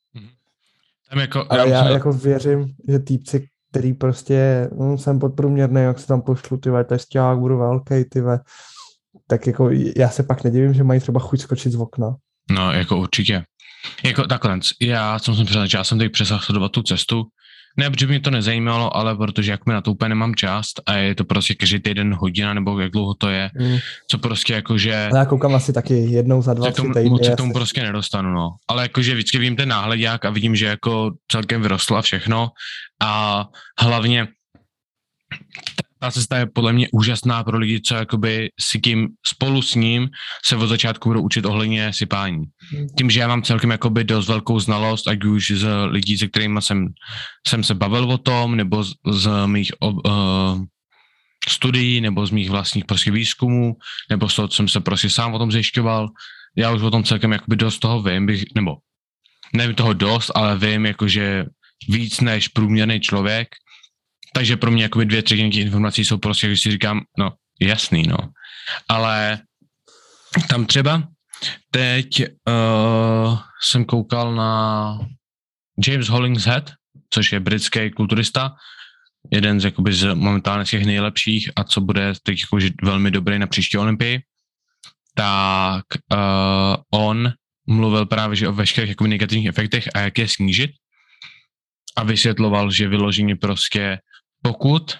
Ale já jako věřím, že týpci, který prostě jsem podprůměrný, jak se tam pošlu, testák, budu velký, tak jako já se pak nedivím, že mají třeba chuť skočit z okna. No, jako určitě. Jako takhle, já jsem přesvědčen, že já jsem teď přesahl sledovat tu cestu, ne, protože mě to nezajímalo, ale protože jak mi na to úplně nemám čas a je to prostě každý týden hodina, nebo jak dlouho to je, co prostě jakože... Já koukám asi taky jednou za 2-3 týdny. Moc se k tomu prostě nedostanu, no. Ale jakože vždycky vidím ten náhledák a vidím, že jako celkem vyrostl a všechno a hlavně ta cesta je podle mě úžasná pro lidi, co jakoby si tím spolu s ním se od začátku budou učit ohledně sypání. Tím, že já mám celkem jakoby dost velkou znalost, ať už z lidí, se kterými jsem se bavil o tom, nebo z mých studií, nebo z mých vlastních prostě výzkumů, nebo z toho, co jsem se prostě sám o tom zjišťoval. Já už o tom celkem jakoby dost toho vím, nevím toho dost, ale vím jakože víc než průměrný člověk. Takže pro mě jakoby 2/3 těch informací jsou prostě, když si říkám, no jasný, no. Ale tam třeba teď jsem koukal na James Hollingshead, což je britský kulturista, jeden z jakoby z momentálně těch nejlepších a co bude teď jakoby velmi dobrý na příští olympii, tak on mluvil právě že o veškerých jakoby negativních efektech a jak je snížit a vysvětloval, že vyloženě prostě pokud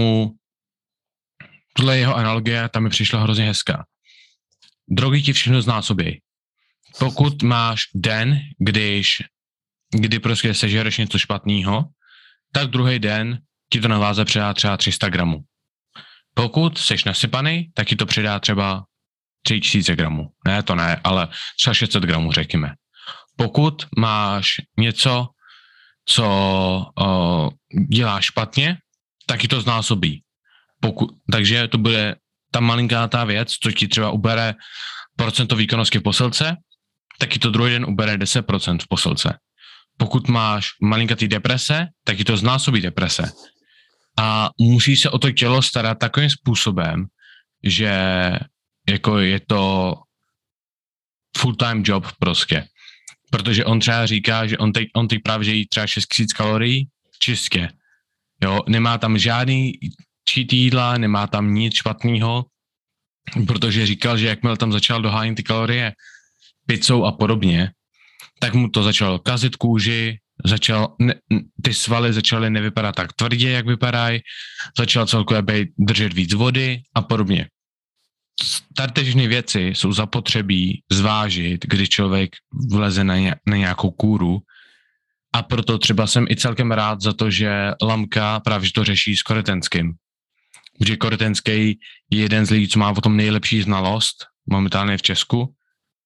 tohle jeho analogie, tam mi přišla hrozně hezká. Drogy ti všechno znásobějí. Pokud máš den, kdy prostě sežereš něco špatného, tak druhý den ti to na váze přidá třeba 300 gramů. Pokud seš nasypaný, tak ti to přidá třeba 3000 gramů. Ne, to ne, ale třeba 600 gramů, řekněme. Pokud máš něco, co děláš špatně, tak ti to znásobí. Takže to bude ta malinká ta věc, co ti třeba ubere procento výkonnosti v posilce, tak ti to druhý den ubere 10% v posilce. Pokud máš malinkatý deprese, tak ti to znásobí deprese. A musí se o to tělo starat takovým způsobem, že jako je to full-time job prostě. Protože on třeba říká, že on teď právě jí třeba 6000 kalorií čistě. Jo, nemá tam žádný cheat jídla, nemá tam nic špatného, protože říkal, že jakmile tam začal dohánět ty kalorie pizzou a podobně, tak mu to začalo kazit kůži, ty svaly začaly nevypadat tak tvrdě, jak vypadají, začal celkově držet víc vody a podobně. Startežné věci jsou zapotřebí zvážit, když člověk vleze na nějakou kůru, a proto třeba jsem i celkem rád za to, že Lamka právě to řeší s Korytenským. Protože Korytenský je jeden z lidí, co má o tom nejlepší znalost momentálně v Česku.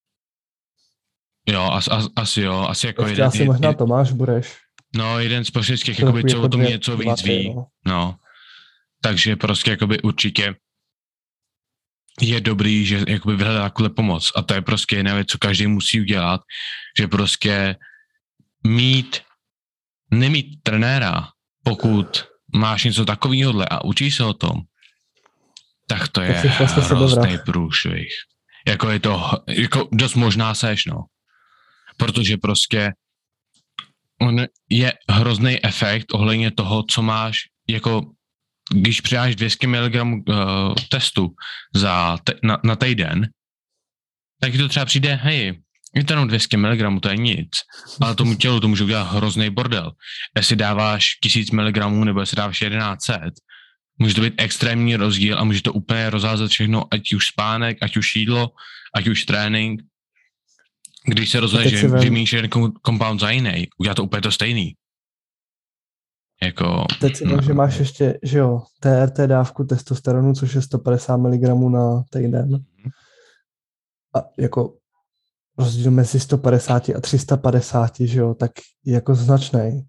Jo, asi jako ještě asi možná Tomáš Bureš. No, jeden z pošlických, jakoby, co o tom něco víc ví. No. Takže prostě jakoby určitě je dobrý, že jakoby vyhledá takovou pomoc. A to je prostě jedna věc, co každý musí udělat, že prostě nemít trenéra, pokud máš něco takového a učíš se o tom, tak to je hrozný průšvih. Jako je to, jako dost možná seš, no. Protože prostě on je hrozný efekt ohledně toho, co máš, jako když přidáš 200 mg testu na týden, tak to třeba přijde, hej, je to jenom 200 mg, to je nic, ale tomu tělu to může udělat hrozný bordel. Jestli dáváš 1000 mg nebo jestli dáváš 1100, může to být extrémní rozdíl a může to úplně rozházet všechno, ať už spánek, ať už jídlo, ať už trénink. Když se rozhodne, že vymýšlíš jeden compound za jiný, udělá to úplně to stejný. Jako, teď si že máš ještě, že jo, TRT dávku testosteronu, což je 150 mg na týden. A jako rozdíl mezi 150 a 350, že jo, tak je jako značnej.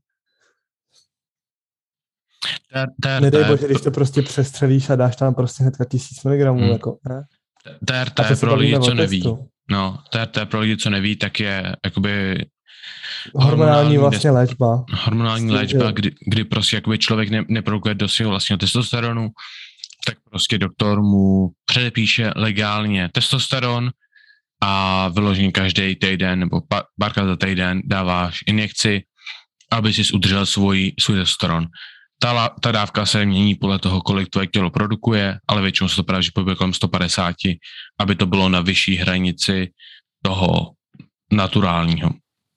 Nedej bože, když to prostě přestřelíš a dáš tam prostě hnedka 1000 mg, jako, ne? TRT pro lidi, co neví. No, TRT pro lidi, co neví, tak je jakoby hormonální vlastně léčba. Hormonální léčba, kdy prostě jakoby člověk neprodukuje do svého vlastního testosteronu, tak prostě doktor mu předepíše legálně testosteron a vyloženě každý týden nebo párkrát za týden dáváš injekci, aby si udržel svůj testosteron. Ta dávka se mění podle toho, kolik tvoje tělo produkuje, ale většinou se to právě pohybuje kolem 150, aby to bylo na vyšší hranici toho naturálního.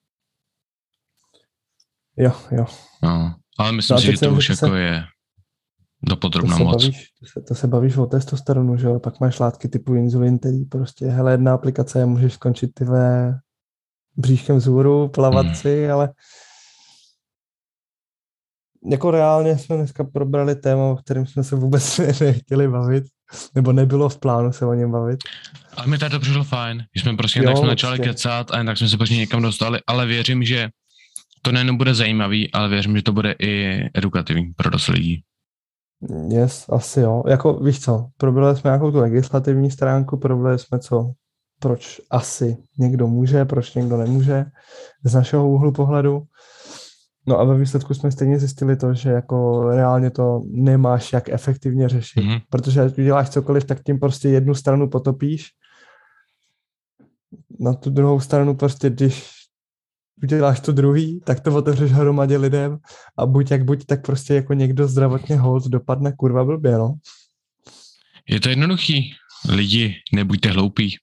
Jo. No, ale myslím si, že to už jako je dopodrobná moc. To se bavíš o testosteronu, že jo? Pak máš látky typu inzulin, který prostě, hele, jedna aplikace, můžeš skončit tyhle bříškem vzhůru, plavat si, ale jako reálně jsme dneska probrali téma, o kterém jsme se vůbec nechtěli bavit, nebo nebylo v plánu se o něm bavit. Ale mi to přišlo fajn, že jsme prostě tak jsme začali kecat a tak jsme se prostě někam dostali, ale věřím, že to nejen bude zajímavý, ale věřím, že to bude i edukativní pro dost lidí. Yes, asi jo. Jako víš co, probrali jsme nějakou tu legislativní stránku, probrali jsme proč asi někdo může, proč někdo nemůže z našeho úhlu pohledu. No a ve výsledku jsme stejně zjistili to, že jako reálně to nemáš jak efektivně řešit, protože ať uděláš cokoliv, tak tím prostě jednu stranu potopíš. Na tu druhou stranu prostě, když uděláš to druhý, tak to otevřeš hromadě lidem a buď, tak prostě jako někdo zdravotně hold dopadne kurva blbě, no. Je to jednoduchý. Lidi, nebuďte hloupí.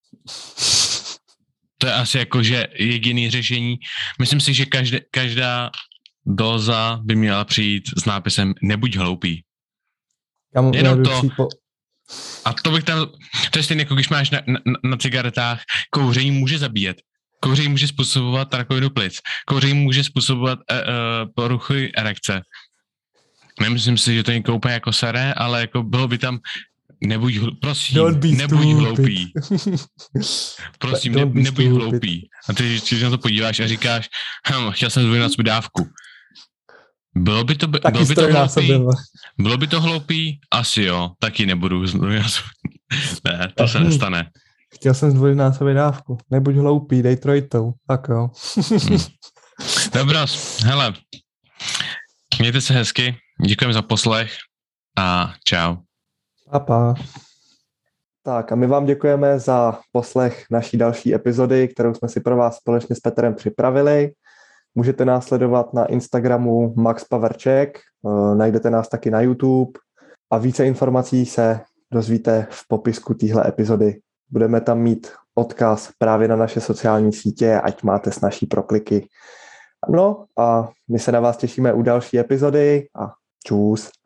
To je asi jako, že jediný řešení. Myslím si, že každá dóza by měla přijít s nápisem nebuď hloupý. Jenom to. A to bych tam, to je stejně jako když máš na cigaretách, kouření může zabíjet. Kouření může způsobovat rakovinu plic. Kouření může způsobovat poruchy erekce. Nemyslím si, že to někoho úplně jako sere, ale jako bylo by tam nebuď hloupý. Prosím, nebuď hloupý. A ty, když na to podíváš a říkáš, chtěl jsem zdvojnásobit dávku. Bylo by to hloupý? Bylo by to hloupý? Asi jo, taky nebudu zdvojnásobit. Ne, to se nestane. Chtěl jsem zdvojnásobit dávku. Nebuď hloupý, dej trojitou. Tak jo. Dobros, hele. Mějte se hezky, děkujeme za poslech a čau. Pa. Tak a my vám děkujeme za poslech naší další epizody, kterou jsme si pro vás společně s Petrem připravili. Můžete nás sledovat na Instagramu Max Paverček, najdete nás taky na YouTube a více informací se dozvíte v popisku téhle epizody. Budeme tam mít odkaz právě na naše sociální sítě, ať máte snazší prokliky. No a my se na vás těšíme u další epizody a čus.